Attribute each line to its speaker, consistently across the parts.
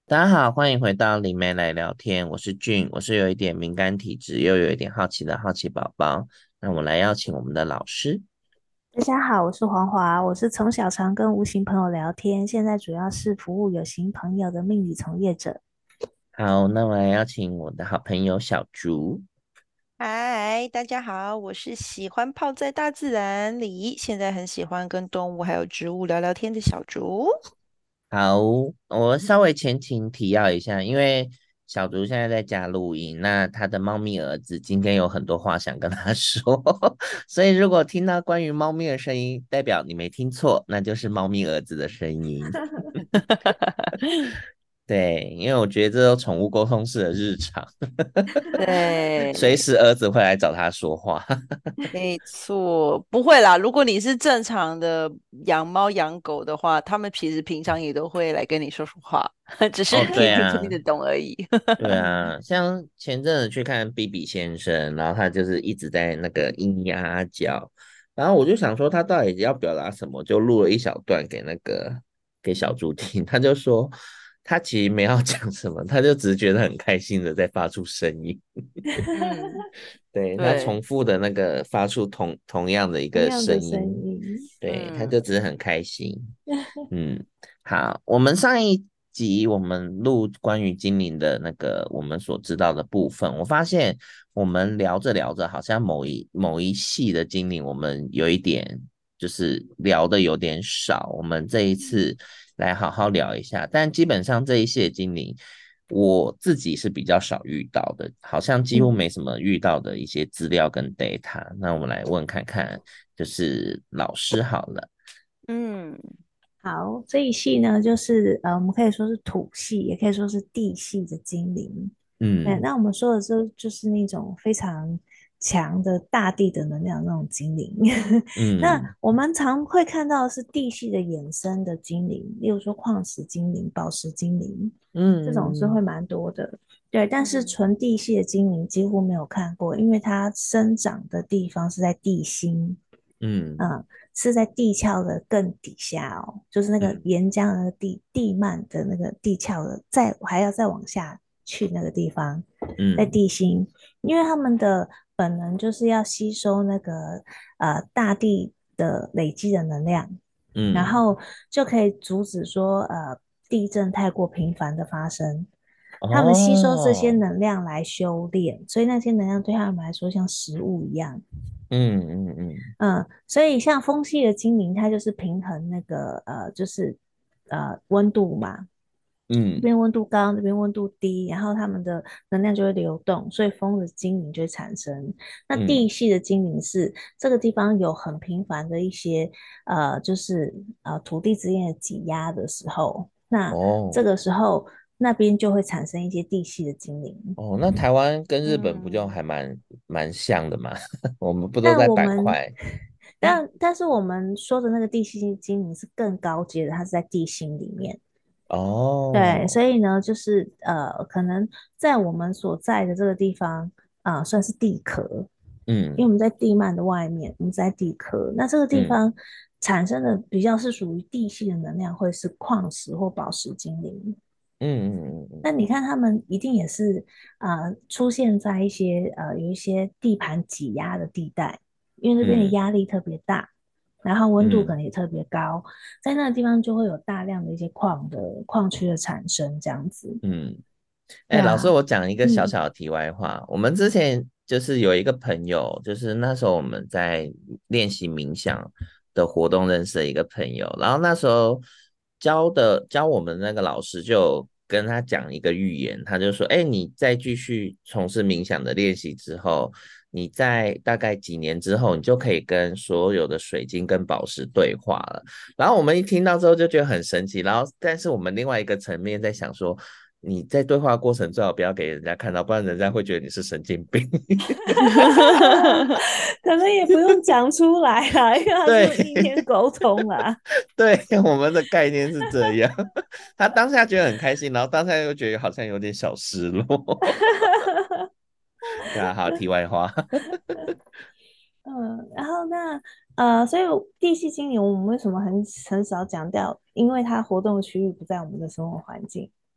Speaker 1: 大家好，欢迎回到灵媒来聊天，我是俊，我是有一点敏感体质又有一点好奇的好奇宝宝。那我来邀请我们的老师。
Speaker 2: 大家好，我是黄华，我是从小常跟无形朋友聊天，现在主要是服务有形朋友的命理从业者。
Speaker 1: 好，那我来邀请我的好朋友小竹。
Speaker 3: 嗨，大家好，我是喜欢泡在大自然里，现在很喜欢跟动物还有植物聊聊天的小竹。
Speaker 1: 好，我稍微前情提要一下，因为小竹现在在家录音，那他的猫咪儿子今天有很多话想跟他说，所以如果听到关于猫咪的声音，代表你没听错，那就是猫咪儿子的声音。对，因为我觉得这都宠物沟通式的日常，随
Speaker 3: 对，
Speaker 1: 时儿子会来找他说话。
Speaker 3: 没错，不会啦。如果你是正常的养猫养狗的话，他们其实平常也都会来跟你说说话，只是
Speaker 1: 哦，
Speaker 3: 你听不
Speaker 1: 对啊，
Speaker 3: 听得懂而已。
Speaker 1: 对啊，像前阵子去看比比先生，然后他就是一直在那个咿咿呀呀叫，然后我就想说他到底要表达什么，就录了一小段给小猪听，他就说他其实没要讲什么，他就只是觉得很开心的在发出声音。
Speaker 3: 嗯，
Speaker 1: 对，他
Speaker 3: 对，
Speaker 1: 重复的那个发出同样的一个
Speaker 2: 同样的
Speaker 1: 声音，
Speaker 2: 声音，
Speaker 1: 对，他就
Speaker 3: 嗯
Speaker 1: 只是很开心。嗯，好，我们上一集我们录关于精灵的那个我们所知道的部分，我发现我们聊着聊着，好像某一系的精灵，我们有一点就是聊的有点少，我们这一次来好好聊一下。但基本上这一系的精灵，我自己是比较少遇到的，好像几乎
Speaker 2: 嗯
Speaker 1: 没什么遇到的一些资料跟 data。那我们来问看看，就是老师好了。
Speaker 3: 嗯
Speaker 2: 好，这一系呢，就是我们可以说是土系，也可以说是地系的精灵。对，
Speaker 1: 嗯
Speaker 2: 那我们说的就是那种非常强的大地的能量那种精灵。那
Speaker 1: 嗯
Speaker 2: 我们常会看到的是地系的衍生的精灵，例如说矿石精灵、宝石精灵，这种是会
Speaker 1: 嗯
Speaker 2: 蛮多的。对，但是
Speaker 3: 嗯
Speaker 2: 纯地系的精灵几乎没有看过，因为它生长的地方是在地心。
Speaker 1: 嗯
Speaker 2: 嗯，是在地壳的更底下哦，就是那个
Speaker 1: 嗯
Speaker 2: 岩浆的那个地幔的那个地壳的，还要再往下去那个地方，在
Speaker 1: 嗯
Speaker 2: 地心，因为他们的本能就是要吸收那个大地的累积的能量，然
Speaker 1: 嗯，
Speaker 2: 后就可以阻止说地震太过频繁的发生。他们吸收这些
Speaker 1: 哦，
Speaker 2: 能量来修炼，所以那些能量对他们来说像食物一样。所以像风系的精灵，它就是平衡那个就是温度嘛，这
Speaker 1: 嗯
Speaker 2: 边温度高，这边温度低，然后它们的能量就会流动，所以风的精灵就会产生。那地
Speaker 1: 嗯
Speaker 2: 系的精灵是这个地方有很频繁的一些就是土地之间的挤压的时候，那这
Speaker 1: 哦
Speaker 2: 个时候那边就会产生一些地系的精灵。
Speaker 1: 哦，那台湾跟日本不就
Speaker 3: 嗯
Speaker 1: 还蛮像的嘛？我们不都
Speaker 2: 但
Speaker 1: 在
Speaker 2: 我们，
Speaker 1: 板块？
Speaker 2: 但是我们说的那个地心精灵是更高阶的，它是在地心里面。对，所
Speaker 1: 哦，
Speaker 2: 以呢，就是可能在我们所在的这个地方算是地壳，因为我
Speaker 1: 嗯
Speaker 2: 们在地幔的外面，我们在地壳。那这个地
Speaker 1: 嗯
Speaker 2: 方产生的比较是属于地系的能量，会是矿石或宝石精灵。那你看，他们一定也是出现在一些有一些地盘挤压的地带，因为那边的
Speaker 1: 嗯
Speaker 2: 压力特别大，然后温度可
Speaker 1: 嗯
Speaker 2: 能也特别高，在那个地方就会有大量的一些矿区的产生，这样子。
Speaker 1: 嗯，哎，老师，
Speaker 2: 对啊，
Speaker 1: 我讲一个小
Speaker 2: 嗯
Speaker 1: 小的题外话。我们之前就是有一个朋友，就是那时候我们在练习冥想的活动认识的一个朋友，然后那时候教我们那个老师就跟他讲一个预言，他就说，哎，你再继续从事冥想的练习之后，你在大概几年之后，你就可以跟所有的水晶跟宝石对话了。然后我们一听到之后就觉得很神奇，然后但是我们另外一个层面在想说，你在对话过程最好不要给人家看到，不然人家会觉得你是神经病。
Speaker 2: 可能也不用讲出来啦，因为它是
Speaker 1: 对
Speaker 2: 用意念沟通啦。
Speaker 1: 对，我们的概念是这样。他当下觉得很开心，然后当下又觉得好像有点小失落。对啊，好，题外话。
Speaker 2: 然后所以地系精灵我们为什么很少讲掉？因为它活动的区域不在我们的生活环境。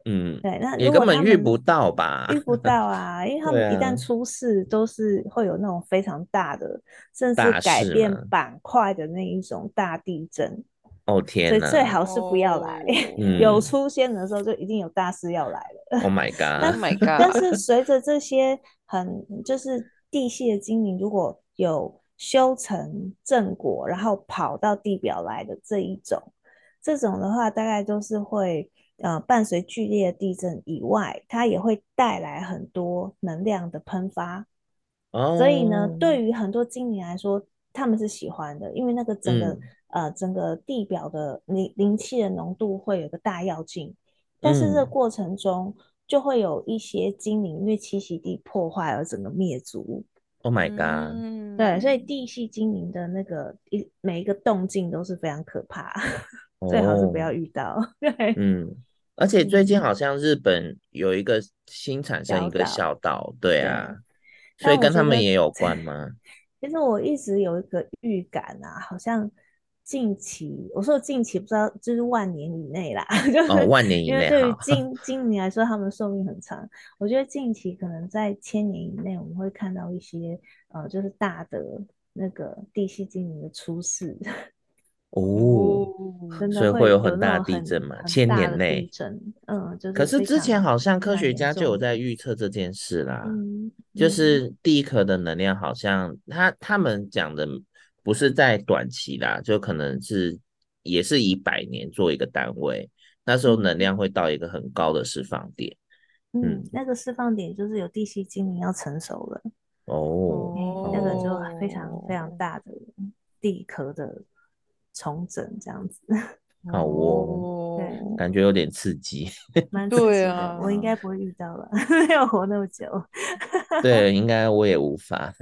Speaker 2: 对，那
Speaker 1: 也
Speaker 2: 如
Speaker 1: 根本遇不
Speaker 2: 果他们
Speaker 1: 到吧？
Speaker 2: 遇不到啊，因为他们一旦
Speaker 1: 对啊，
Speaker 2: 出事，都是会有那种非常大的，甚至
Speaker 1: 大
Speaker 2: 改
Speaker 1: 事嘛。
Speaker 2: 变板块的那一种大地震，
Speaker 1: 哦
Speaker 2: 所以最
Speaker 1: 天哪，
Speaker 2: 好是不要来。有
Speaker 1: 嗯
Speaker 2: 出现的时候，就一定有大事要来了。
Speaker 1: ，Oh my
Speaker 2: 那
Speaker 3: Oh
Speaker 1: god，
Speaker 3: my
Speaker 2: 但是
Speaker 3: god！
Speaker 2: 随着这些就是地系的精灵，如果有修成正果，然后跑到地表来的这种的话，大概都是会伴随剧烈的地震以外，它也会带来很多能量的喷发。所以呢，
Speaker 1: 哦，
Speaker 2: 对于很多精灵来说，他们是喜欢的，因为那个
Speaker 1: 嗯
Speaker 2: 整个地表的灵气的浓度会有个大跃进，但是这个
Speaker 1: 嗯
Speaker 2: 过程中就会有一些精灵因为栖息地破坏而整个灭族。
Speaker 1: ，Oh my god，
Speaker 2: 对，所以
Speaker 3: 嗯，
Speaker 2: 地系精灵的那个每一个动静都是非常可怕，最好是不
Speaker 1: 哦，
Speaker 2: 要遇到。对，
Speaker 1: 嗯，而且最近
Speaker 2: 嗯，
Speaker 1: 好像日本有一个新产生一个
Speaker 2: 小岛，
Speaker 1: 小岛，对啊，
Speaker 2: 对，
Speaker 1: 所以跟他
Speaker 2: 但我觉得
Speaker 1: 们也有关吗？
Speaker 2: 其实我一直有一个预感啊，好像近期，我说的近期不知道，就是万年以内啦，就
Speaker 1: 哦，
Speaker 2: 是
Speaker 1: 万年以
Speaker 2: 因为对于
Speaker 1: 内好，
Speaker 2: 精灵来说，他们寿命很长。我觉得近期可能在1000年以内，我们会看到一些就是大的那个地系精灵的出世，
Speaker 1: 哦，
Speaker 3: 哦，
Speaker 2: 真的
Speaker 1: 所以会有很大的
Speaker 2: 会有那种
Speaker 1: 地震嘛，
Speaker 2: 很
Speaker 1: 千
Speaker 2: 大的地
Speaker 1: 年内。
Speaker 2: 震，就
Speaker 1: 可
Speaker 2: 是非常
Speaker 1: 是之前好像
Speaker 2: 非常
Speaker 1: 科学家就有
Speaker 2: 严重的，
Speaker 1: 在预测这件事啦，就
Speaker 2: 嗯。
Speaker 1: 是地壳的能量好像他们讲的不是在短期啦，就可能是也是以100年做一个单位，那时候能
Speaker 2: 嗯
Speaker 1: 量会到一个很高的释放点。嗯，
Speaker 2: 那个释放点就是有地系精灵要成熟了。
Speaker 1: 哦
Speaker 2: 那个就
Speaker 1: 哦，
Speaker 2: 非常非常
Speaker 3: 哦
Speaker 2: 大的地壳的重整，这样子，
Speaker 1: 好哦，
Speaker 2: 对，
Speaker 3: 哦，
Speaker 1: 感觉有点刺激。
Speaker 2: 蛮刺
Speaker 3: 对
Speaker 2: 激的。我应
Speaker 3: 啊，
Speaker 2: 该不会遇到了，没有活那么久。
Speaker 1: 对，应该我也无法。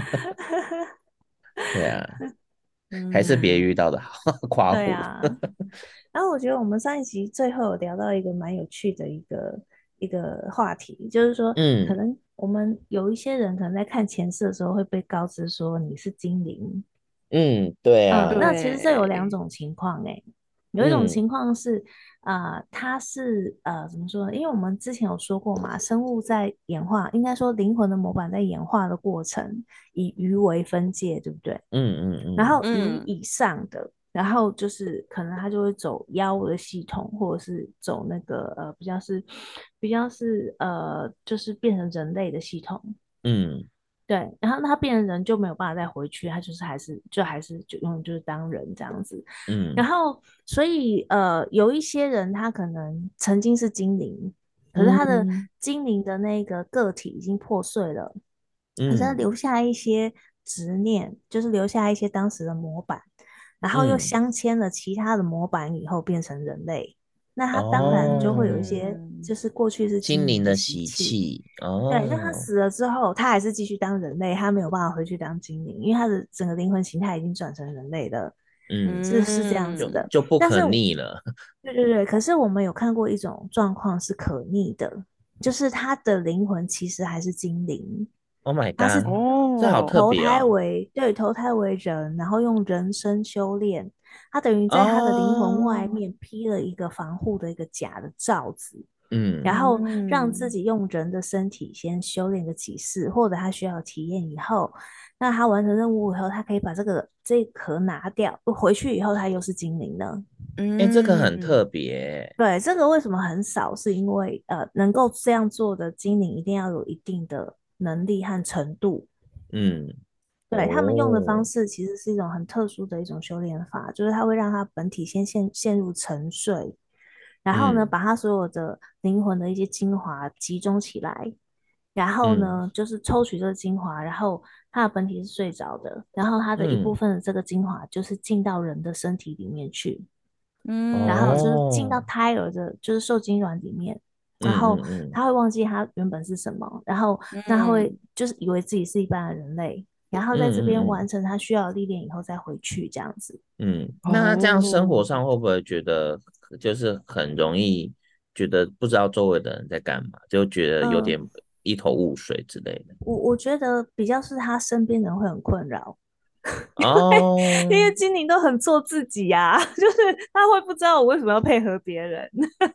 Speaker 1: 对啊，还是别
Speaker 3: 嗯
Speaker 1: 遇到的好，夸胡。
Speaker 2: 对啊，然后我觉得我们上一集最后有聊到一个蛮有趣的一个话题，就是说，可
Speaker 1: 嗯
Speaker 2: 能我们有一些人可能在看前世的时候会被告知说你是精灵，
Speaker 1: 嗯，对啊，
Speaker 2: 那其实这有两
Speaker 3: 对，
Speaker 2: 种情况诶，有一种
Speaker 1: 嗯
Speaker 2: 情况是，它是怎么说呢？因为我们之前有说过嘛，生物在演化，应该说灵魂的模板在演化的过程，以鱼为分界，对不对？然
Speaker 1: 嗯
Speaker 2: 后鱼
Speaker 3: 嗯
Speaker 2: 以上的，然后就是可能它就会走妖的系统，或者是走那个比较是就是变成人类的系统。
Speaker 1: 嗯
Speaker 2: 对，然后他变成人就没有办法再回去，他就是还是就永远就是当人这样子。然
Speaker 1: 嗯
Speaker 2: 后所以有一些人他可能曾经是精灵，可是他的
Speaker 1: 嗯
Speaker 2: 精灵的那个个体已经破碎了，可是他
Speaker 1: 嗯
Speaker 2: 留下一些执念，就是留下一些当时的模板，然后又
Speaker 1: 嗯，
Speaker 2: 镶嵌了其他的模板以后变成人类，那他当然就会有一
Speaker 1: 哦，
Speaker 2: 些
Speaker 3: 嗯，
Speaker 2: 就是过去是精
Speaker 1: 心
Speaker 2: 灵的
Speaker 1: 灵的习
Speaker 2: 习气。
Speaker 1: 气，
Speaker 2: 对，那他
Speaker 1: 哦，
Speaker 2: 死了之后，他还是继续当人类，他没有办法回去当精灵，因为他的整个灵魂形态已经转成人类了，
Speaker 1: 嗯，
Speaker 2: 是这样子
Speaker 1: 就
Speaker 3: 嗯，
Speaker 2: 的。
Speaker 1: 就不可
Speaker 2: 但是，
Speaker 1: 逆了。
Speaker 2: 对对对，可是我们有看过一种状况是可逆的，就是他的灵魂其实还是精灵，
Speaker 1: Oh my
Speaker 2: 他是
Speaker 1: god，这好特
Speaker 3: 哦，
Speaker 1: 别哦。
Speaker 2: 投胎为人，然后用人身修炼，他等于在他的灵魂外
Speaker 1: 哦，
Speaker 2: 面披了一个防护的一个假的罩子。然
Speaker 1: 嗯
Speaker 2: 后让自
Speaker 3: 嗯
Speaker 2: 己用人的身体先修炼个几次，或者他需要体验以后，那他完成任务以后，他可以把这一壳拿掉，回去以后他又是精灵了。
Speaker 1: 哎，这个很
Speaker 3: 嗯，
Speaker 1: 特别。
Speaker 2: 对，这个为什么很少？是因为能够这样做的精灵一定要有一定的能力和程度。
Speaker 1: 嗯，
Speaker 2: 对，他们用的方
Speaker 1: 哦，
Speaker 2: 式其实是一种很特殊的一种修炼法，就是它会让他本体先陷入沉睡，然后呢，
Speaker 1: 嗯
Speaker 2: 把他所有的灵魂的一些精华集中起来，然后
Speaker 1: 嗯
Speaker 2: 呢，就是抽取这个精华，然后他的本体是睡着的，然后他的一部
Speaker 1: 嗯，
Speaker 2: 分的这个精华就是进到人的身体里面去，然后就是进到
Speaker 1: 哦，
Speaker 2: 胎儿的，就是受精卵里面，然
Speaker 1: 嗯
Speaker 2: 后
Speaker 1: 嗯嗯
Speaker 2: 他会忘记他原本是什么，然后那他会
Speaker 3: 嗯
Speaker 2: 就是以为自己是一般的人类，然后在这边完
Speaker 1: 嗯嗯嗯
Speaker 2: 成他需要的历练以后再回去这样子。
Speaker 1: 那他这样生活
Speaker 3: 哦，
Speaker 1: 上会不会觉得就是很容易觉得不知道周围的人在干嘛，就觉得有
Speaker 2: 嗯，
Speaker 1: 点一头雾水之类的？
Speaker 2: 我觉得比较是他身边人会很困扰，
Speaker 1: 哦
Speaker 2: 因为精灵都很做自己呀、就是他会不知道我为什么要配合别人。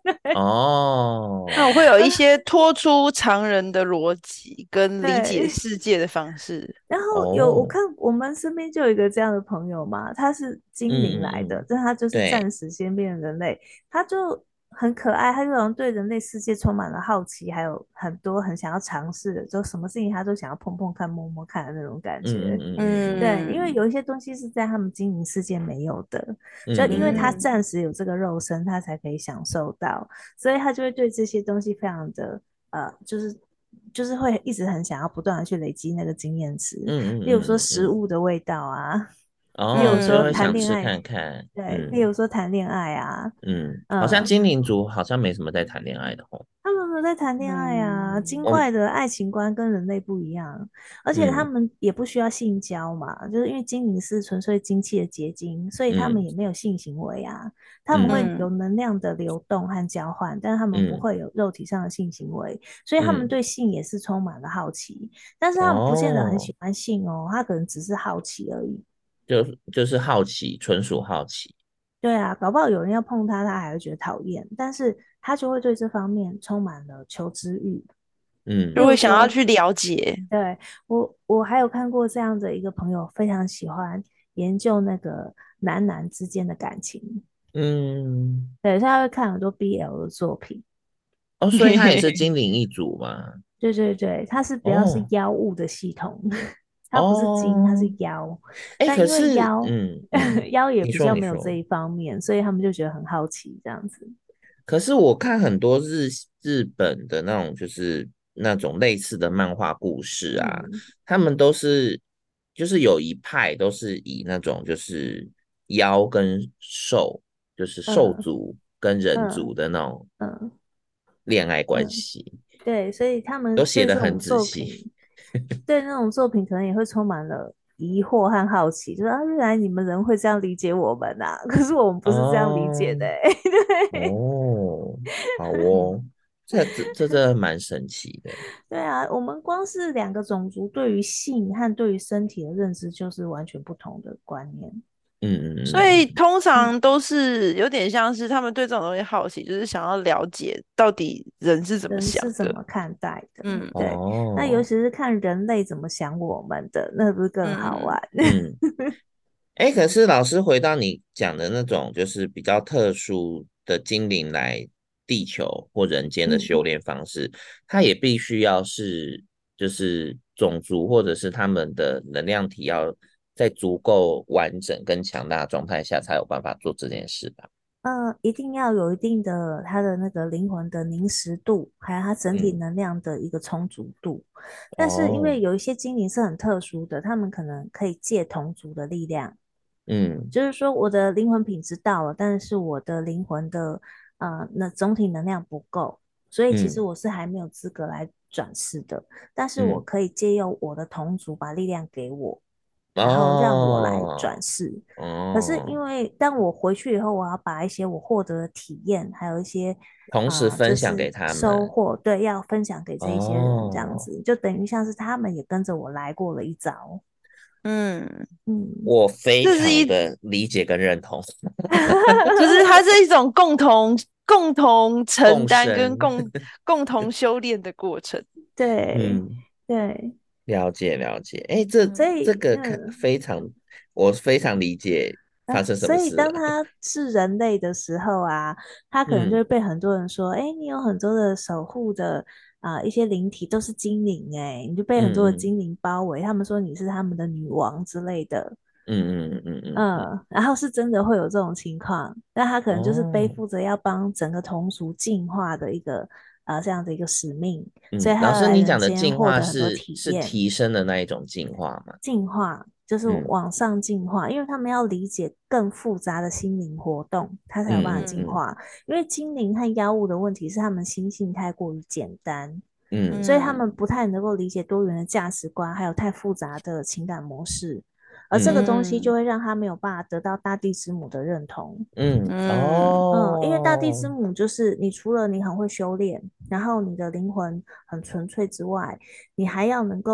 Speaker 1: 哦，
Speaker 3: 那我会有一些脱出常人的逻辑跟理解
Speaker 2: 对，
Speaker 3: 世界的方式。
Speaker 2: 然后我
Speaker 1: 哦，
Speaker 2: 看我们身边就有一个这样的朋友嘛，他是精灵来的，但他就是
Speaker 1: 对，
Speaker 2: 暂时先变人类，他就很可爱，他就好像对人类世界充满了好奇，还有很多很想要尝试的，就什么事情他都想要碰碰看、摸摸看的那种感觉。对，因为
Speaker 3: 嗯
Speaker 2: 有一些东西是在他们精灵世界没有的，就因为他
Speaker 1: 嗯
Speaker 3: 嗯，
Speaker 2: 暂时有这个肉身，他才可以享受到，所以他就会对这些东西非常的就是会一直很想要不断的去累积那个经验值，例如说食物的味道啊，例如
Speaker 1: 哦，所以
Speaker 2: 说
Speaker 1: 会想吃
Speaker 2: 谈恋爱，
Speaker 1: 看看，
Speaker 2: 对，例如说谈恋爱啊，
Speaker 1: 好像
Speaker 2: 嗯，
Speaker 1: 精灵族好像没什么在谈恋爱的吼，
Speaker 2: 他们没有在谈恋爱啊，精
Speaker 1: 我
Speaker 2: 怪的爱情观跟人类不一样，而且他
Speaker 1: 嗯
Speaker 2: 们也不需要性交嘛，就是因为精灵是纯粹精气的结晶，所以他们
Speaker 1: 嗯
Speaker 2: 也没有性行为啊，他们会
Speaker 1: 嗯
Speaker 2: 有能量的流动和交换，但是他们不
Speaker 1: 嗯
Speaker 2: 会有肉体上的性行为，所以他们
Speaker 1: 嗯，
Speaker 2: 对性也是充满了好奇，但是他们不见得很
Speaker 1: 哦，
Speaker 2: 喜欢性哦，他可能只是好奇而已。
Speaker 1: 就是好奇，纯属好奇，
Speaker 2: 对啊，搞不好有人要碰他，他还会觉得讨厌，但是他就会对这方面充满了求知欲。例
Speaker 3: 就会
Speaker 2: 如说，
Speaker 3: 想要去了解。
Speaker 2: 对，我还有看过这样的一个朋友，非常喜欢研究那个男男之间的感情，
Speaker 1: 嗯，
Speaker 2: 对，所以他会看很多 BL 的作品。
Speaker 1: 哦，所以他也是精灵一族嘛，
Speaker 2: 对对对，他是比较是
Speaker 1: 哦
Speaker 2: 妖物的系统，他不是精，他是
Speaker 1: 哦，
Speaker 2: 妖。
Speaker 1: 哎，
Speaker 2: 但因为
Speaker 1: 可是
Speaker 2: 妖妖也
Speaker 1: 你
Speaker 2: 比较没有这
Speaker 1: 说你说。
Speaker 2: 一方面，所以他们就觉得很好奇这样子。
Speaker 1: 可是我看很多日本的那种，就是那种类似的漫画故事啊，
Speaker 2: 嗯
Speaker 1: 他们都是就是有一派都是以那种就是妖跟兽，就是兽
Speaker 2: 嗯
Speaker 1: 族跟人
Speaker 2: 嗯
Speaker 1: 族的那种
Speaker 2: 嗯
Speaker 1: 恋爱关
Speaker 2: 嗯，
Speaker 1: 系，
Speaker 2: 对，所以他们
Speaker 1: 都写得很
Speaker 2: 对这种
Speaker 1: 仔细。
Speaker 2: 作品，对那种作品可能也会充满了疑惑和好奇，就是啊，原来你们人会这样理解我们呐、可是我们不是这样理解
Speaker 1: 哦
Speaker 2: 的欸，对。
Speaker 1: 哦，好哦，这真的蛮神奇的。
Speaker 2: 对啊，我们光是两个种族对于性和对于身体的认知就是完全不同的观念。
Speaker 3: 所以
Speaker 1: 嗯
Speaker 3: 通
Speaker 2: 嗯，
Speaker 3: 常都是有点像是他们对这种东西好奇，就是想要了解到底人是怎么
Speaker 2: 人
Speaker 3: 想的。
Speaker 2: 是怎么看待的？
Speaker 3: 嗯
Speaker 2: 对，那尤
Speaker 1: 哦，
Speaker 2: 其是看人类怎么想我们的，那不是更好
Speaker 3: 嗯
Speaker 2: 玩？
Speaker 1: 嗯。哎，可是老师回到你讲的那种，就是比较特殊的精灵来地球或人间的
Speaker 2: 嗯。
Speaker 1: 修炼方式，它也必须要是就是种族或者是他们的能量体要在足够完整跟强大的状态下，才有办法做这件事吧？
Speaker 2: 一定要有一定的他的那个灵魂的凝实度，还有他整体
Speaker 1: 嗯，
Speaker 2: 能量的一个充足度。但是因
Speaker 1: 哦，
Speaker 2: 为有一些精灵是很特殊的，他们可能可以借同族的力量，
Speaker 1: 嗯
Speaker 2: 就是说我的灵魂品质到了，但是我的灵魂的那总体能量不够，所以其实
Speaker 1: 嗯
Speaker 2: 我是还没有资格来转世的。但是我
Speaker 1: 嗯，
Speaker 2: 可以借用我的同族把力量给我，然后让我来转
Speaker 1: 哦
Speaker 2: 世。可是因
Speaker 1: 哦，
Speaker 2: 为当我回去以后，我要把一些我获得的体验，还有一些
Speaker 1: 同时
Speaker 2: 就是
Speaker 1: 分享给他们，
Speaker 2: 收获，对，要分享给这一些人，这样
Speaker 1: 哦。
Speaker 2: 子就等于像是他们也跟着我来过了一遭。
Speaker 3: 嗯，
Speaker 2: 嗯，
Speaker 1: 我非
Speaker 3: 这是一，
Speaker 1: 常的理解跟认同，
Speaker 3: 就是它是一种共同承
Speaker 1: 共
Speaker 3: 担跟
Speaker 1: 生，
Speaker 3: 共同修炼的过程。
Speaker 2: 对
Speaker 1: 嗯，
Speaker 2: 对，
Speaker 1: 了解了解，哎，这
Speaker 2: 所
Speaker 3: 嗯
Speaker 1: 这
Speaker 2: 以
Speaker 1: 个非常，我非常理解发生什
Speaker 2: 所以当
Speaker 1: 么事了，
Speaker 2: 他是人类的时候啊，他可能就
Speaker 1: 嗯
Speaker 2: 会被很多人说，哎，你有很多的守护的一些灵体都是精灵，哎，你就被很多的
Speaker 1: 嗯嗯
Speaker 2: 精灵包围，他们说你是他们的女王之类的。然后是真的会有这种情况，那他可能就是背
Speaker 1: 哦，
Speaker 2: 负着要帮整个同族进化的一个这样的一个使命，所以
Speaker 1: 嗯，
Speaker 2: 他
Speaker 1: 老师
Speaker 2: 要来人
Speaker 1: 你讲的进
Speaker 2: 间获
Speaker 1: 化是
Speaker 2: 得很多体
Speaker 1: 是
Speaker 2: 验。
Speaker 1: 提升的那一种进化吗？
Speaker 2: 进化就是
Speaker 1: 嗯
Speaker 2: 往上进化，因为他们要理解更复杂的心灵活动，他才有办法进
Speaker 3: 嗯
Speaker 2: 化。因为精灵和妖物的问题是他们心性太过于简单，
Speaker 1: 嗯
Speaker 2: 所以他们
Speaker 3: 嗯
Speaker 2: 不太能够理解多元的价值观，还有太复杂的情感模式。而这个
Speaker 1: 嗯
Speaker 2: 东西就
Speaker 3: 嗯
Speaker 2: 会让他没有办法得到大地之母的认同。
Speaker 3: 嗯
Speaker 2: 因为大地之
Speaker 1: 哦，
Speaker 2: 母就是你除了你很会修炼，然后你的灵魂很纯粹之外，你还要能够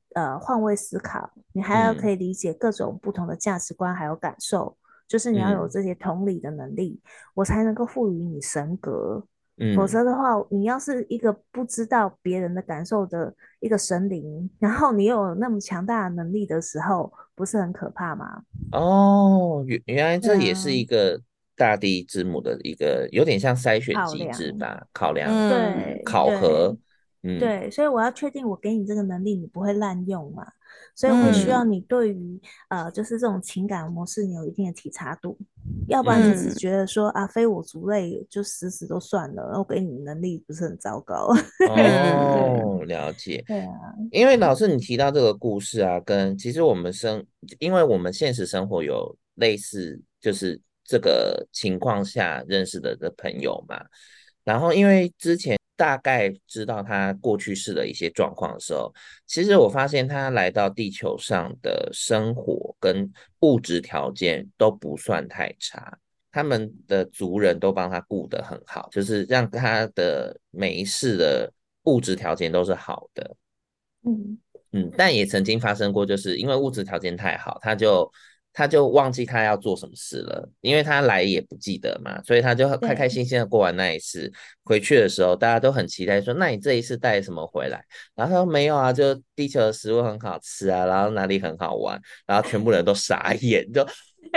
Speaker 2: 换位思考，你还要可以理解各种不同的价值观还有感受，就是你要有这些同理的能力，我才能够赋予你神格。否则的话，你要是一个不知道别人的感受的一个神灵，然后你又有那么强大的能力的时候，不是很可怕吗？
Speaker 1: 哦，原来
Speaker 2: 对
Speaker 1: 这也是
Speaker 2: 啊，
Speaker 1: 一个大地之母的一个有点像筛选
Speaker 2: 考
Speaker 1: 机制
Speaker 2: 量，
Speaker 1: 吧，考量
Speaker 3: 嗯
Speaker 2: 对
Speaker 1: 考核。
Speaker 2: 对
Speaker 1: 嗯
Speaker 2: 对，所以我要确定我给你这个能力，你不会滥用嘛，所以会需要
Speaker 3: 嗯
Speaker 2: 你对于就是这种情感模式，你有一定的体察度，要不然你只
Speaker 3: 嗯
Speaker 2: 觉得说啊，非我族类，就死死都算了，然后给你能力不是很糟糕？对
Speaker 3: 嗯
Speaker 1: 哦，了解。
Speaker 2: 对啊，
Speaker 1: 因为老师你提到这个故事啊，跟其实因为我们现实生活有类似，就是这个情况下认识的朋友嘛。然后因为之前大概知道他过去式的一些状况的时候，其实我发现他来到地球上的生活跟物质条件都不算太差。他们的族人都帮他顾得很好，就是让他的每一世的物质条件都是好的。
Speaker 2: 嗯，
Speaker 1: 但也曾经发生过，就是因为物质条件太好，他就忘记他要做什么事了，因为他来也不记得嘛，所以他就开开
Speaker 2: 对，
Speaker 1: 心心的过完那一世。回去的时候，大家都很期待说：“那你这一次带什么回来？”然后他说：“没有啊，就地球的食物很好吃啊，然后哪里很好玩。”然后全部人都傻眼，就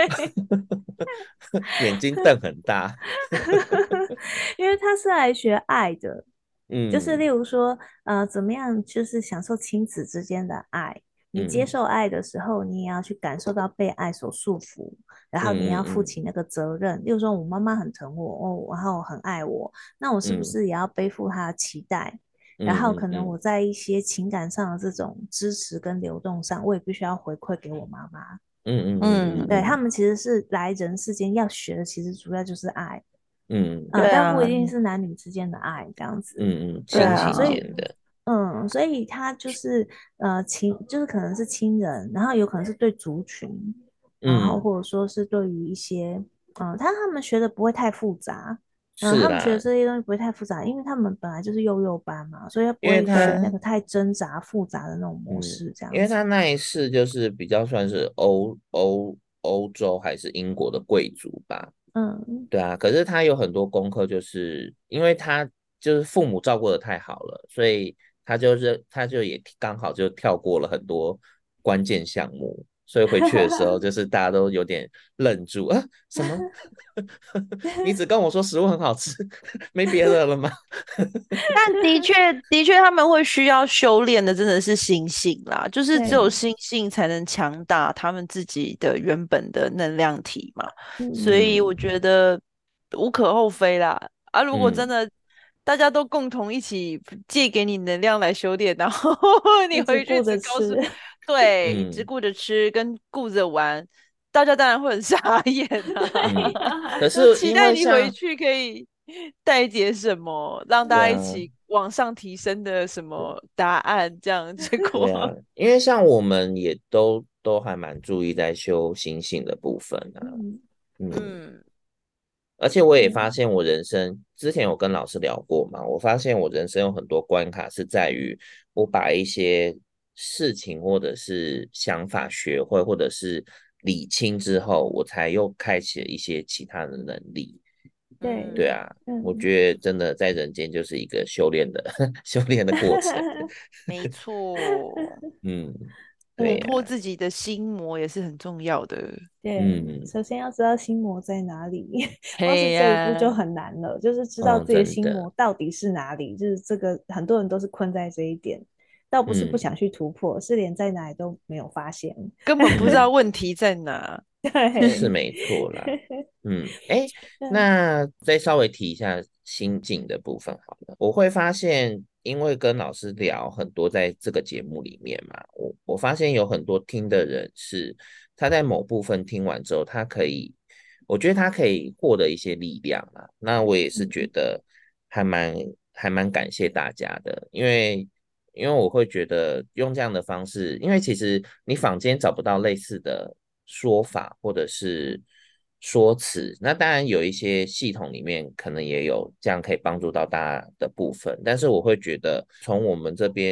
Speaker 1: 眼睛瞪很大。
Speaker 2: 因为他是来学爱的，就是例
Speaker 1: 嗯
Speaker 2: 如说，怎么样，就是享受亲子之间的爱。你接
Speaker 1: 嗯
Speaker 2: 受爱的时候，你也要去感受到被爱所束缚，然后你要负
Speaker 1: 嗯
Speaker 2: 起那个责任。例如说，我妈妈很疼我，哦，然后很爱我，那我是不
Speaker 1: 嗯
Speaker 2: 是也要背负她的期待？然
Speaker 1: 嗯
Speaker 2: 后可能我
Speaker 1: 嗯嗯
Speaker 2: 在一些情感上的这种支持跟流动上，我也必须要回馈给我妈妈。
Speaker 1: 嗯嗯嗯
Speaker 2: 对，他
Speaker 3: 嗯，
Speaker 1: 嗯
Speaker 2: 们其实是来人世间要学的，其实主要就是爱。
Speaker 1: 嗯
Speaker 3: 对啊，
Speaker 2: 但不一定是男女之间的爱这样子。对，
Speaker 3: 对啊，
Speaker 1: 亲情
Speaker 2: 所以，
Speaker 1: 间的。
Speaker 2: 所以他就是就是可能是亲人，然后有可能是对族群，然后
Speaker 1: 嗯，
Speaker 2: 或者说是对于一些，他们学的不会太复杂。他们学的
Speaker 1: 是啦，
Speaker 2: 这些东西不会太复杂，因为他们本来就是幼幼班嘛，所以他不
Speaker 1: 因为
Speaker 2: 会学那
Speaker 1: 他
Speaker 2: 个太挣扎复杂的那种模式这
Speaker 1: 因为他
Speaker 2: 样子。
Speaker 1: 那一世就是比较算是欧洲还是英国的贵族吧。
Speaker 2: 嗯，
Speaker 1: 对啊，可是他有很多功课，就是因为他就是父母照顾的太好了，所以他就也刚好就跳过了很多关键项目，所以回去的时候就是大家都有点愣住啊，什么？你只跟我说食物很好吃，没别的了吗？
Speaker 3: 但的确，他们会需要修炼的，真的是心性啦。就是只有
Speaker 2: 对，
Speaker 3: 心性才能强大他们自己的原本的能量体嘛。所
Speaker 2: 嗯，
Speaker 3: 以我
Speaker 1: 嗯
Speaker 3: 觉得无可厚非啦。啊，如果真
Speaker 1: 嗯
Speaker 3: 的大家都共同一起借给你能量来修炼，然后你回去
Speaker 2: 一直顾着
Speaker 3: 只告诉，
Speaker 2: 吃，
Speaker 3: 对，只
Speaker 1: 嗯
Speaker 3: 顾着吃跟顾着玩，大家当然会很傻眼啊。
Speaker 1: 嗯，可
Speaker 3: 就
Speaker 1: 是因
Speaker 3: 期待你回
Speaker 1: 为像
Speaker 3: 去可以带点什么，让大
Speaker 1: 对啊。
Speaker 3: 家一起往上提升的什么答案，这样结果，
Speaker 1: 对啊，因为像我们也都还蛮注意在修心性的部分啊。
Speaker 2: 嗯，
Speaker 1: 嗯，
Speaker 3: 嗯
Speaker 1: 而且我也
Speaker 2: 对，
Speaker 1: 发现我人生之前有跟老师聊过嘛，我发现我人生有很多关卡是在于我把一些事情或者是想法学会，或者是理清之后，我才又开启了一些其他的能力。对
Speaker 2: 对，
Speaker 3: 嗯，
Speaker 1: 啊，我
Speaker 2: 嗯，
Speaker 1: 觉得真的在人间就是一个修炼的修炼的过程。
Speaker 3: 没错，
Speaker 1: 嗯，对
Speaker 3: 突
Speaker 2: 嗯，
Speaker 3: 破
Speaker 1: 呀。
Speaker 3: 自己的心魔也是很重要的。
Speaker 2: 对，
Speaker 1: 嗯，
Speaker 2: 首先要知道心魔在哪里，光是
Speaker 3: 嘿
Speaker 2: 这一步就
Speaker 3: 呀，
Speaker 2: 很难了，就是知道
Speaker 1: 哦，
Speaker 2: 自己的心魔
Speaker 1: 真的。
Speaker 2: 到底是哪里，就是这个很多人都是困在这一点，倒不是不
Speaker 1: 嗯
Speaker 2: 想去突破，是连在哪里都没有发现。
Speaker 3: 根本不知道问题在哪。
Speaker 1: 是
Speaker 2: 对，
Speaker 1: 没错啦。哎，那再稍微提一下心境的部分好了。我会发现，因为跟老师聊很多，在这个节目里面嘛，我发现有很多听的人是他在某部分听完之后，我觉得他可以获得一些力量啊。那我也是觉
Speaker 2: 嗯
Speaker 1: 得还蛮还蛮感谢大家的，因为我会觉得用这样的方式，因为其实你坊间找不到类似的说法或者是说辞，那当然有一些系统里面可能也有这样可以帮助到大家的部分，但是我会觉得从我们这边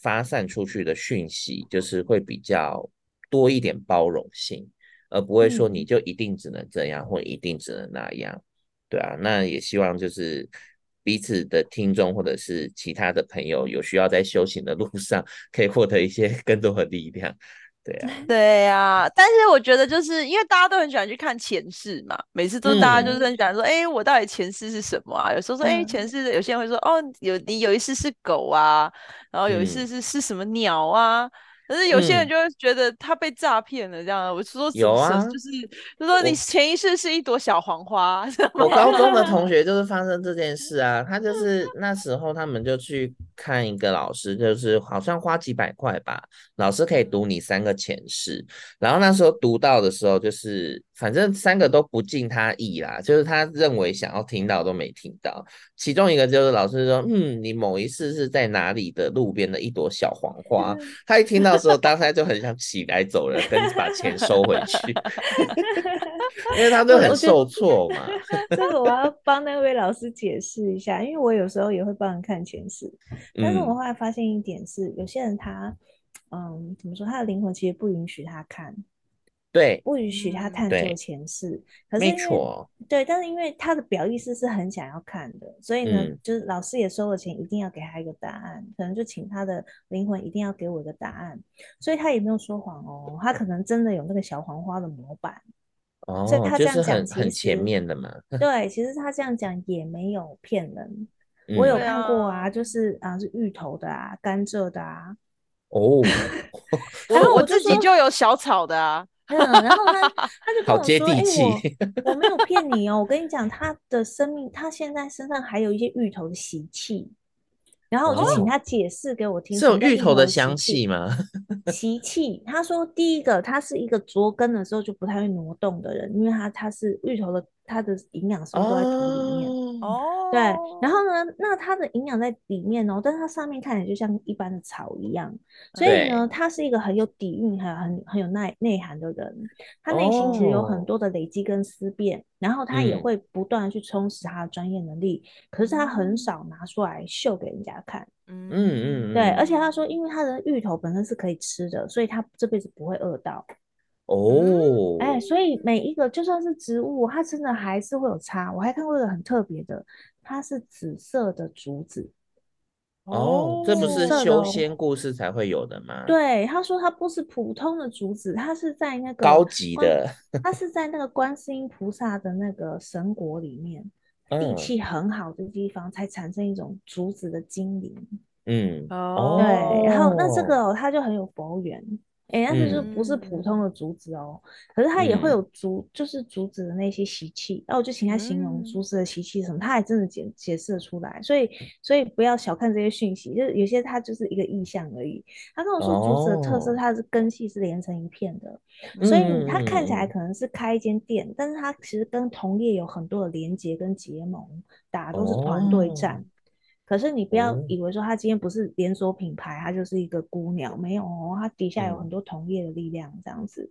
Speaker 1: 发散出去的讯息就是会比较多一点包容性，而不会说你就一定只能这样，或一定只能那样。对啊，那也希望就是彼此的听众或者是其他的朋友有需要在修行的路上可以获得一些更多的力量。对啊，
Speaker 3: 对啊，但是我觉得就是因为大家都很喜欢去看前世嘛，每次都大家就是很喜欢说，我到底前世是什么啊？有时候说，前世有些人会说，哦，你有一世是狗啊，然后有一世是什么鸟啊，可是有些人就会觉得他被诈骗了，这样。我说怎么
Speaker 1: 有啊，
Speaker 3: 就说你前一世是一朵小黄花。
Speaker 1: 我高中的同学就是发生这件事啊，他就是那时候他们就去看一个老师，就是好像花几百块吧，老师可以读你3个前世，然后那时候读到的时候，就是反正3个都不尽他意啦，就是他认为想要听到都没听到。其中一个就是老师说，你某一世是在哪里的路边的一朵小黄花，他一听到的时候，当时就很想起来走人，跟把钱收回去。因为他就很受挫嘛。
Speaker 2: 这个我要帮那位老师解释一下，因为我有时候也会帮人看前世，但是我后来发现一点是，有些人他，怎么说，他的灵魂其实不允许他看，
Speaker 1: 对，
Speaker 2: 不允许他探究前世。可是
Speaker 1: 没
Speaker 2: 因为
Speaker 1: 错，
Speaker 2: 对，但是因为他的表意识是很想要看的，所以呢，就是老师也收了钱，一定要给他一个答案，可能就请他的灵魂一定要给我一个答案，所以他也没有说谎哦，他可能真的有那个小黄花的模板。所以他这
Speaker 1: 就是
Speaker 2: 样讲，
Speaker 1: 很前面的嘛。
Speaker 2: 对，其实他这样讲也没有骗人。我有
Speaker 3: 对
Speaker 2: 看过
Speaker 3: 啊，
Speaker 2: 就是是芋头的啊，甘蔗的啊。
Speaker 1: 哦，
Speaker 2: 然后
Speaker 3: 我
Speaker 2: 我就说，
Speaker 3: 自己就有小草的啊。
Speaker 2: 然后他就跟
Speaker 1: 好
Speaker 2: 我说，
Speaker 1: 接地气。
Speaker 2: 我没有骗你哦，我跟你讲，他的生命，他现在身上还有一些芋头的习气。然后我就请他解释给我听，
Speaker 1: 是有
Speaker 2: 什么叫
Speaker 1: 芋头的
Speaker 2: 芋头的习
Speaker 1: 香气
Speaker 2: 气？
Speaker 1: 吗？
Speaker 2: 习气，他说第一个，他是一个着根的时候就不太会挪动的人，因为他是芋头的，它的营养是不是都在土里面？对，然后呢，那它的营养在里面哦，但是它上面看起来就像一般的草一样，所以
Speaker 1: 对，
Speaker 2: 呢，他是一个很有底蕴、很有内涵的人。他内心其实有很
Speaker 1: 哦，
Speaker 2: 多的累积跟思辨，然后他也会不断的去充实他的专业能力，可是他很少拿出来秀给人家看。对，而且他说，因为他的芋头本身是可以吃的，所以他这辈子不会饿到。哎，所以每一个就算是植物，它真的还是会有差。我还看过一个很特别的，它是紫色的竹子，
Speaker 1: 这不
Speaker 2: 紫
Speaker 1: 是
Speaker 2: 色的哦。
Speaker 1: 修仙故事才会有的吗？
Speaker 2: 对，他说它不是普通的竹子，它是在那个
Speaker 1: 高级的。
Speaker 2: 它是在那个观世音菩萨的那个神国里面，地气很好的地方才产生一种竹子的精灵。对，然后那这个它就很有佛缘，但是就不是普通的竹子哦，可是它也会有就是竹子的那些习气，那我就请他形容竹子的习气是什么，他还真的解释得出来，所以不要小看这些讯息，就是有些它就是一个意象而已。他跟我说竹子的特色，它是根系是连成一片的，所以它看起来可能是开一间店，但是它其实跟同业有很多的连结跟结盟，打的都是团队战。可是你不要以为说他今天不是连锁品牌，他就是一个孤鸟，没有哦，他底下有很多同业的力量这样子。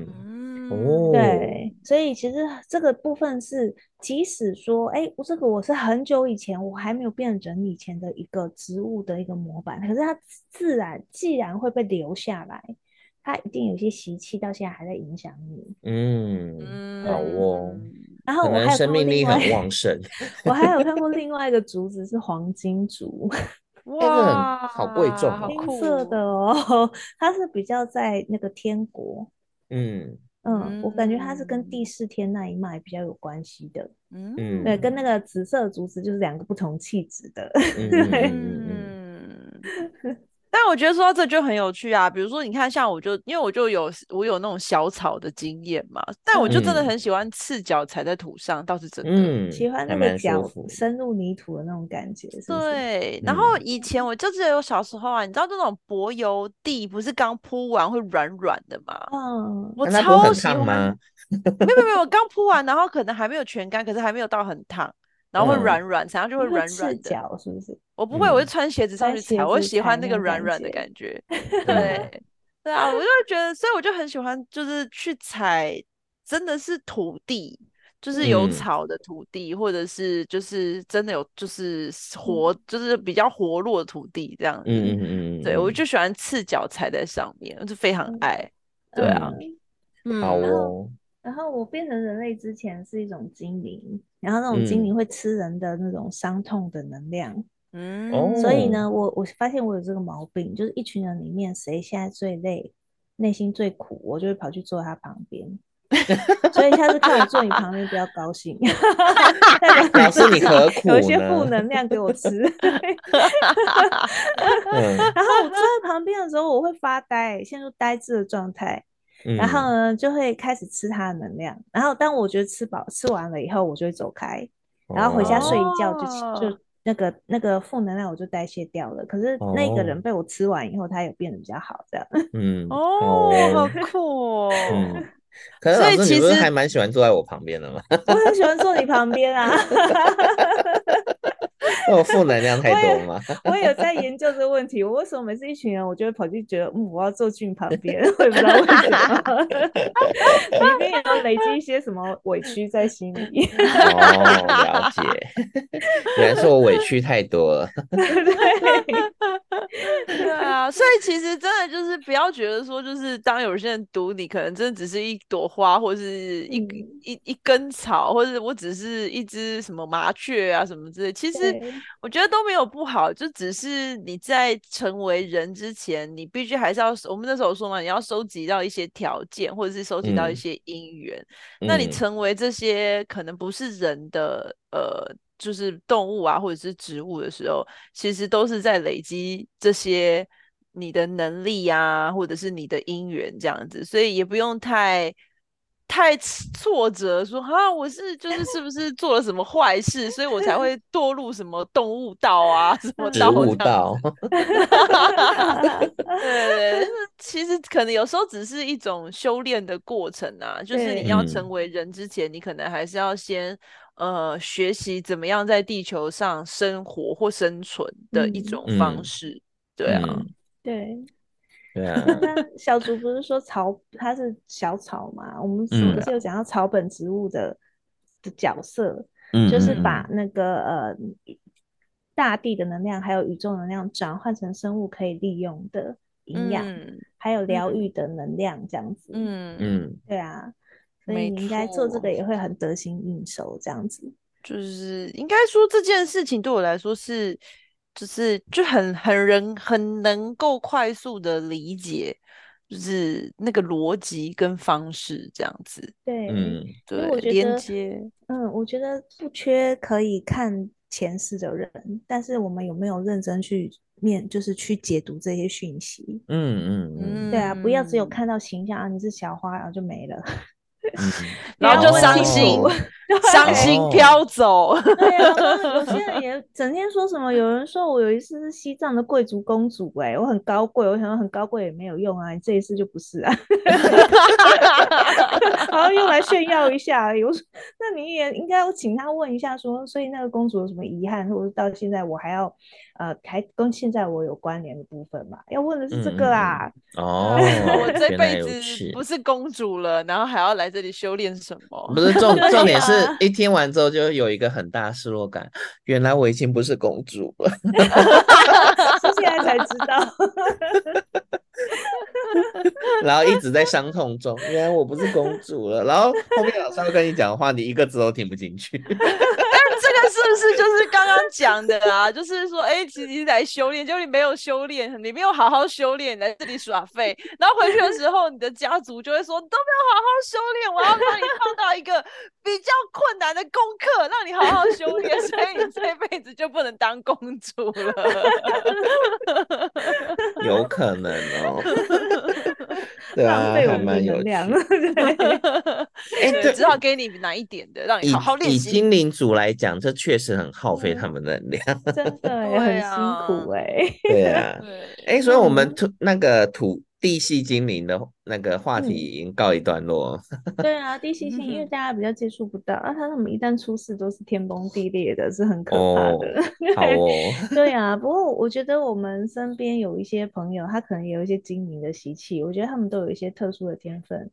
Speaker 2: 对，所以其实这个部分是，即使说，这个我是很久以前，我还没有变人以前的一个植物的一个模板，可是它既然会被留下来，它一定有些习气到现在还在影响你。
Speaker 1: 好哦，
Speaker 2: 然后
Speaker 1: 可能
Speaker 2: 我还有看过
Speaker 1: 生命力很旺盛。
Speaker 2: 我还有看过另外一个竹子是黄金竹。
Speaker 1: 这很好贵重
Speaker 3: 哇，好
Speaker 1: 哦。
Speaker 2: 金色的
Speaker 3: 酷
Speaker 2: 哦，它是比较在那个天国。
Speaker 1: 嗯
Speaker 2: 我感觉它是跟第四天那一脉比较有关系的。对，跟那
Speaker 1: 嗯
Speaker 2: 个紫色竹子就是两个不同气质的。对，
Speaker 3: 但我觉得说到这就很有趣啊，比如说你看，像因为我有那种小草的经验嘛，但我就真的很喜欢赤脚踩在土上，倒是真的。
Speaker 2: 喜欢那个
Speaker 1: 还蛮舒
Speaker 2: 脚
Speaker 1: 服。
Speaker 2: 深入泥土的那种感觉，是不是？
Speaker 3: 对，然后以前我就记得有小时候啊，你知道那种柏油地不是刚铺完会软软的吗？我
Speaker 1: 那不会很
Speaker 3: 超喜欢，
Speaker 1: 烫吗？
Speaker 3: 没有，我刚铺完，然后可能还没有全干，可是还没有到很烫，然后会软软，踩上去会
Speaker 2: 你会
Speaker 3: 软软的。
Speaker 2: 赤脚是不是？
Speaker 3: 我不会，我是穿鞋子上去踩，
Speaker 2: 穿鞋
Speaker 3: 我
Speaker 2: 子踩那
Speaker 3: 喜欢那个
Speaker 2: 种感觉。
Speaker 3: 软软的感觉。对，对啊，我就觉得，所以我就很喜欢，就是去踩，真的是土地， 就是有草的土地，或者是就是真的有就是就是比较活络的土地这样子。对，我就喜欢赤脚踩在上面，我就非常爱。对啊，
Speaker 1: 好哦。
Speaker 2: 然后我变成人类之前是一种精灵，然后那种精灵会吃人的那种伤痛的能量。所以呢，我发现我有这个毛病，就是一群人里面谁现在最累，内心最苦，我就会跑去坐他旁边。所以下次看我坐你旁边，不要高兴，
Speaker 1: 表示你何苦呢？
Speaker 2: 有一些负能量给我吃。然后我坐在旁边的时候，我会发呆，陷入呆滞的状态。然后呢，就会开始吃他的能量。然后当我觉得吃完了以后，我就会走开，然后回家睡一觉就那个负能量我就代谢掉了。可是那个人被我吃完以后，他有变得比较好，这样。
Speaker 3: 好酷哦。
Speaker 1: 可是老师，你不是还蛮喜欢坐在我旁边的吗？
Speaker 2: 我很喜欢坐你旁边啊。
Speaker 1: 我负能量太多吗？
Speaker 2: 我也有在研究这个问题。我为什么每次一群人，我就会跑去觉得，我要坐俊旁边，我也不知道为什么。你一定有累积一些什么委屈在心里。
Speaker 1: 了解。原来是我委屈太多了。
Speaker 3: 对啊，所以其实真的就是不要觉得说，就是当有些人读你，可能真的只是一朵花，或是一根草，或者我只是一只什么麻雀啊什么之类。其实我觉得都没有不好，就只是你在成为人之前，你必须还是要，我们那时候说嘛，你要收集到一些条件，或者是收集到一些因缘。那你成为这些可能不是人的就是动物啊，或者是植物的时候，其实都是在累积这些你的能力啊，或者是你的因缘这样子，所以也不用太挫折说，我是不是做了什么坏事，所以我才会堕入什么动物道啊，什么
Speaker 1: 植物道。
Speaker 3: 对，其实可能有时候只是一种修炼的过程啊，就是你要成为人之前，你可能还是要先学习怎么样在地球上生活或生存的一种方式。对啊，
Speaker 2: 对啊。那小竹不是说它是小草嘛？我们不是有讲到草本植物的角色，就是把那个大地的能量还有宇宙能量转换成生物可以利用的营养，还有疗愈的能量这样子。对啊，所以你应该做这个也会很得心应手这样子。
Speaker 3: 就是应该说这件事情对我来说是，就很能够快速的理解，就是那个逻辑跟方式这样子。
Speaker 2: 对，
Speaker 3: 对，
Speaker 2: 我觉得
Speaker 3: 连接，
Speaker 2: 我觉得不缺可以看前世的人，但是我们有没有认真去就是去解读这些讯息？对啊，不要只有看到形象啊，你是小花，然后就没了。
Speaker 3: 然后就伤心，伤心飘走。
Speaker 2: 对啊，有些人也整天说什么，有人说我有一次是西藏的贵族公主，我很高贵，我想说很高贵也没有用啊，你这一次就不是啊。然后用来炫耀一下而已。我说，那你也应该请他问一下说，所以那个公主有什么遗憾，或者到现在我还要还跟现在我有关联的部分嘛？要问的是这个啊。
Speaker 3: 我这辈子不是公主了，然后还要来这里修炼什么？
Speaker 1: 不是重点是一听完之后就有一个很大失落感，原来我已经不是公主了。
Speaker 2: 是现在才知道。
Speaker 1: 然后一直在伤痛中，原来我不是公主了。然后后面老师要跟你讲的话，你一个字都听不进去。
Speaker 3: 但这个是不是就是刚刚讲的啊？就是说，其实你来修炼，就你没有修炼，你没有好好修炼，来这里耍废，然后回去的时候，你的家族就会说，你都没有好好修炼，我要帮你放到一个比较困难的功课，让你好好修炼，所以你这辈子就不能当公主了。
Speaker 1: 有可能哦。对啊，还蛮有趣。
Speaker 3: 对，只好给你哪一点的，让你好好练习。
Speaker 1: 以精灵族来讲，这确实很耗费他们的能量，
Speaker 2: 真的很辛苦
Speaker 1: 对啊，所以我们土地系精灵的那个话题已经告一段落。
Speaker 2: 对啊，地系性因为大家比较接触不到，他们一旦出事都是天崩地裂的，是很可怕的。
Speaker 1: 好哦。
Speaker 2: 对啊，不过我觉得我们身边有一些朋友，他可能也有一些精灵的习气，我觉得他们都有一些特殊的天分。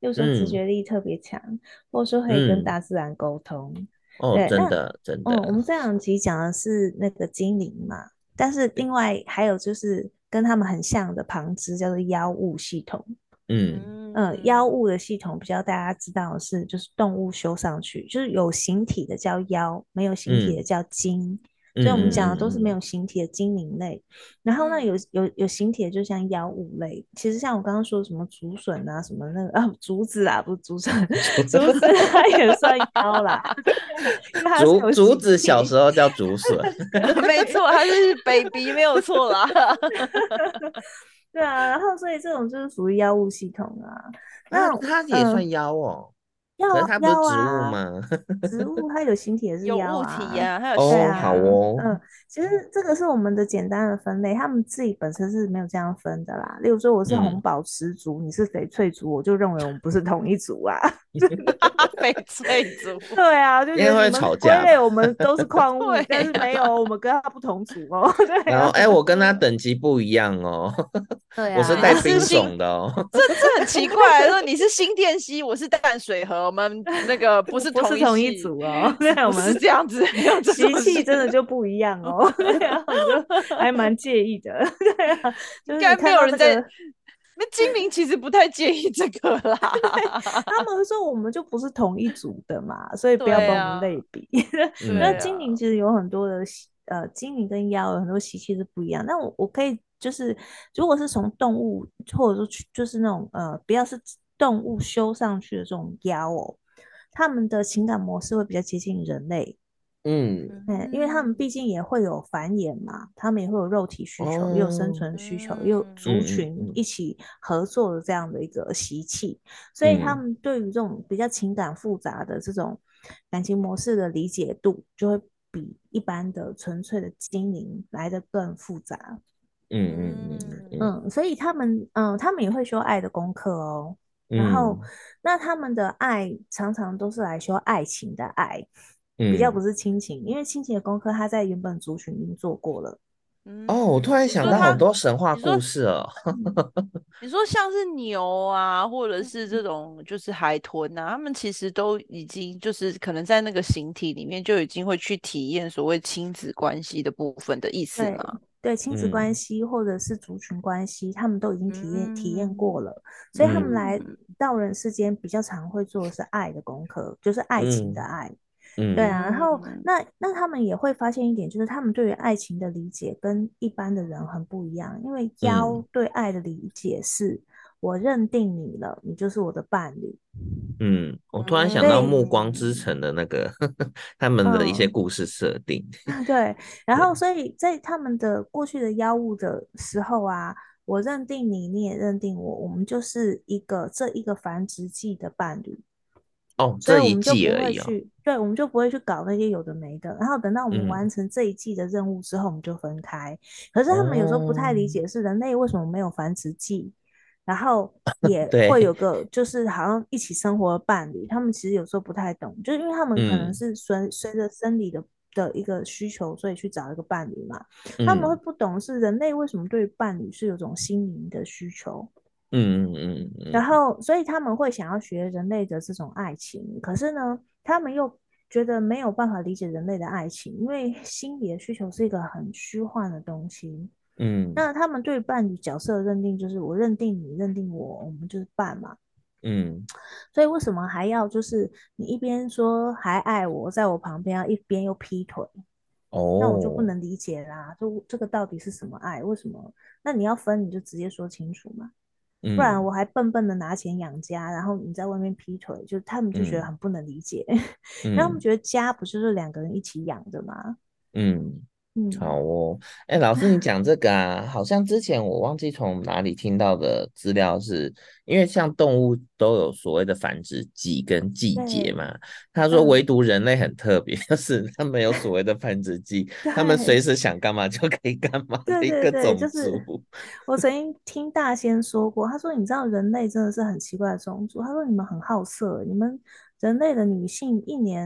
Speaker 2: 比如说直觉力特别强，或者说可以跟大自然沟通。对，
Speaker 1: 真的真的。
Speaker 2: 我们这两集讲的是那个精灵嘛，但是另外还有就是跟他们很像的旁支叫做妖物系统。妖物的系统比较大家知道的是，就是动物修上去，就是有形体的叫妖，没有形体的叫精。所以我们讲的都是没有形体的精灵类。然后呢，有形体的就像妖物类。其实像我刚刚说什么竹笋啊，什么那个竹子啊，不是竹笋，竹子它也算妖啦，因为它是有
Speaker 1: 竹子小时候叫竹笋，
Speaker 3: 没错，它是 baby 没有错啦。
Speaker 2: 对啊，然后所以这种就是属于妖物系统啊。那
Speaker 1: 它也算妖哦。可是它不是植物
Speaker 2: 啊，
Speaker 1: 吗？
Speaker 2: 植物它有形体也是
Speaker 3: 有
Speaker 2: 妖
Speaker 3: 物体
Speaker 2: 啊。
Speaker 3: 呀，还有
Speaker 2: 对
Speaker 3: 形
Speaker 2: 啊，
Speaker 1: 好哦。
Speaker 2: 其实这个是我们的简单的分类，他们自己本身是没有这样分的啦。例如说我是红宝石族，你是翡翠族，我就认为我们不是同一族啊。
Speaker 3: 翡翠族。
Speaker 2: 对啊，就觉得你们归类我们都是矿物，但是没有我们跟他不同族哦。对
Speaker 1: 然后我跟他等级不一样哦。
Speaker 2: 对啊，
Speaker 1: 我是带冰种的哦。
Speaker 3: 这很奇怪，说你是新店溪，我是淡水河，我们那个不是同
Speaker 2: 一组哦。对，我们
Speaker 3: 是这样子，
Speaker 2: 习气真的就不一样哦。对啊，我就还蛮介意的。对啊，就是
Speaker 3: 应该没有人在。那精灵其实不太介意这个啦。
Speaker 2: 他们说我们就不是同一组的嘛，所以不要把我们类比。那精灵其实有很多的精灵跟妖有很多习气是不一样。那我可以就是，如果是从动物或者说就是那种不要是动物修上去的这种妖哦，他们的情感模式会比较接近人类。因为他们毕竟也会有繁衍嘛，他们也会有肉体需求，也有生存需求，也有族群一起合作的这样的一个习气，所以他们对于这种比较情感复杂的这种感情模式的理解度，就会比一般的纯粹的精灵来得更复杂。所以他们也会修爱的功课哦。然后那他们的爱常常都是来修爱情的爱。比较不是亲情，因为亲情的功课他在原本族群已经做过了。
Speaker 1: 我突然想到好多神话故事哦。
Speaker 3: 你说像是牛啊，或者是这种就是海豚啊，他们其实都已经就是可能在那个形体里面就已经会去体验所谓亲子关系的部分的意思吗？
Speaker 2: 对，亲子关系或者是族群关系，他们都已经体验过了，所以他们来到人世间比较常会做的是爱的功课，就是爱情的爱。对啊，然后那他们也会发现一点，就是他们对于爱情的理解跟一般的人很不一样，因为妖对爱的理解是我认定你了，你就是我的伴侣。
Speaker 1: 我突然想到《暮光之城》的那个他们的一些故事设定。
Speaker 2: 对，然后所以在他们的过去的妖物的时候啊，我认定你，你也认定我，我们就是这一个繁殖季的伴侣。所以我们就不会去，对，我们就不会去搞那些有的没的。然后等到我们完成这一季的任务之后，我们就分开。可是他们有时候不太理解，是人类为什么没有繁殖季，然后也会有个就是好像一起生活的伴侣。他们其实有时候不太懂，就是因为他们可能是随着生理的一个需求，所以去找一个伴侣嘛。他们会不懂是人类为什么对伴侣是有种心灵的需求。然后，所以他们会想要学人类的这种爱情，可是呢，他们又觉得没有办法理解人类的爱情，因为心理的需求是一个很虚幻的东西。那他们对伴侣角色的认定就是我认定你，认定我，我们就是伴嘛。所以为什么还要就是你一边说还爱我，在我旁边，一边又劈腿？那我就不能理解啦，就这个到底是什么爱？为什么？那你要分，你就直接说清楚嘛。不然我还笨笨的拿钱养家，然后你在外面劈腿，就他们就觉得很不能理解。然后他们觉得家不就是两个人一起养的吗？
Speaker 1: 好哦。老师你讲这个啊，好像之前我忘记从哪里听到的资料是，因为像动物都有所谓的繁殖季跟季节嘛，他说唯独人类很特别，就是他们有所谓的繁殖季，他们随时想干嘛就可以干嘛的一个种族。
Speaker 2: 就是我曾经听大仙说过，他说你知道人类真的是很奇怪的种族，他说你们很好色，你们人类的女性一年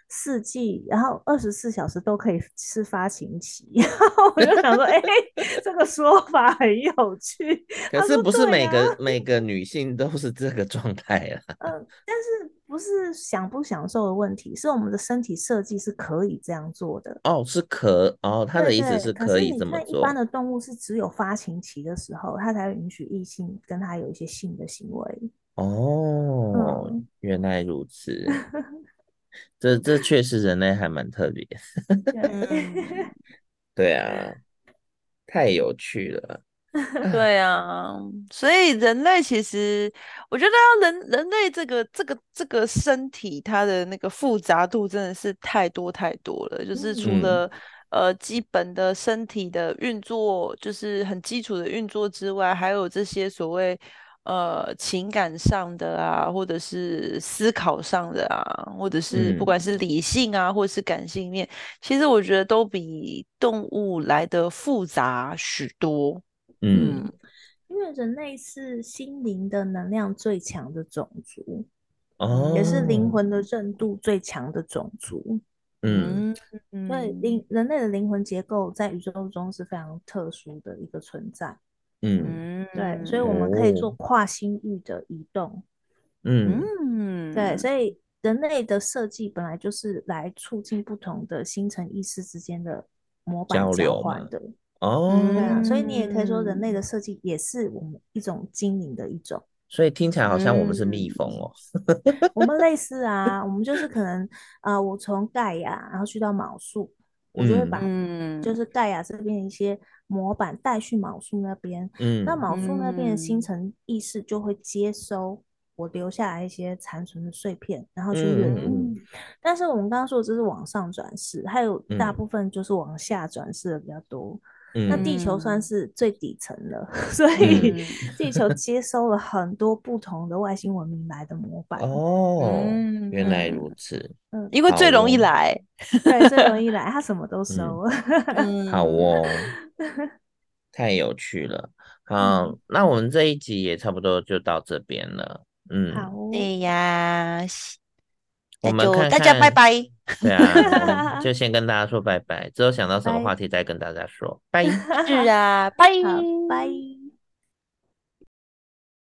Speaker 2: 4季，然后24小时都可以是发情期，然后我就想说，这个说法很有趣。
Speaker 1: 可是不是每个女性都是这个状态啊。
Speaker 2: 但是不是享不享受的问题，是我们的身体设计是可以这样做的。
Speaker 1: 他的意思是
Speaker 2: 可是
Speaker 1: 可以这么
Speaker 2: 你看一般
Speaker 1: 做。
Speaker 2: 的动物是只有发情期的时候，它才会允许异性跟它有一些性的行为。
Speaker 1: 原来如此。这确实人类还蛮特别。
Speaker 2: 对，
Speaker 1: 对啊，太有趣了。
Speaker 3: 对啊，所以人类其实，我觉得人类这个身体，它的那个复杂度真的是太多太多了。就是除了基本的身体的运作，就是很基础的运作之外，还有这些所谓情感上的啊，或者是思考上的啊，或者是不管是理性啊，或者是感性面，其实我觉得都比动物来的复杂许多。
Speaker 2: 因为人类是心灵的能量最强的种族，也是灵
Speaker 1: 哦，
Speaker 2: 魂的韧度最强的种族。
Speaker 1: 嗯
Speaker 2: 所以人类的灵魂结构在宇宙中是非常特殊的一个存在。
Speaker 1: 嗯，
Speaker 2: 对，所以我们可以
Speaker 1: 哦，
Speaker 2: 做跨星域的移动。
Speaker 1: 嗯，
Speaker 2: 对，所以人类的设计本来就是来促进不同的星辰意识之间的模板
Speaker 1: 交
Speaker 2: 交
Speaker 1: 流嘛。
Speaker 2: 换的。对啊，所以你也可以说人类的
Speaker 3: 嗯
Speaker 2: 设计也是我们一种精灵的一种。
Speaker 1: 所以听起来好像我们是蜜
Speaker 3: 嗯
Speaker 1: 蜂哦。
Speaker 2: 我们类似啊，我们就是可能我从盖亚然后去到卯宿，我就会
Speaker 1: 嗯
Speaker 2: 把就
Speaker 3: 嗯
Speaker 2: 是盖亚这边的一些模板带去卯宿那边，那
Speaker 1: 嗯
Speaker 2: 卯宿那边的星
Speaker 3: 嗯
Speaker 2: 辰意识就会接收我留下来一些残存的碎片，然后去阅读。
Speaker 1: 嗯
Speaker 2: 但是我们刚刚说的这是往上转世，还有大
Speaker 1: 嗯
Speaker 2: 部分就是往下转世的比较多。那
Speaker 1: 嗯
Speaker 2: 地球算
Speaker 3: 嗯
Speaker 2: 是最底层的，所以
Speaker 1: 嗯，
Speaker 3: 嗯
Speaker 2: 地球接收了很多不同的外星文明来的模板。
Speaker 1: 原来
Speaker 3: 嗯，
Speaker 1: 如此。
Speaker 2: 嗯，
Speaker 3: 因为最容易
Speaker 1: 好哦。
Speaker 3: 来。
Speaker 2: 对，最容易来，他什么都
Speaker 1: 嗯，
Speaker 2: 收。
Speaker 1: 好
Speaker 3: 嗯
Speaker 1: 哦，太有趣了。
Speaker 2: 嗯，
Speaker 1: 好，那我们这一集也差不多就到这边了。
Speaker 2: 好哦。
Speaker 3: 对呀，那
Speaker 1: 我们
Speaker 3: 就大家拜
Speaker 1: 看看。
Speaker 3: 拜。
Speaker 1: 对啊，我们就先跟大家说拜拜，之后想到什么
Speaker 2: 拜，
Speaker 1: 话题再跟大家说，拜。
Speaker 3: 是啊，拜。
Speaker 2: 好，拜。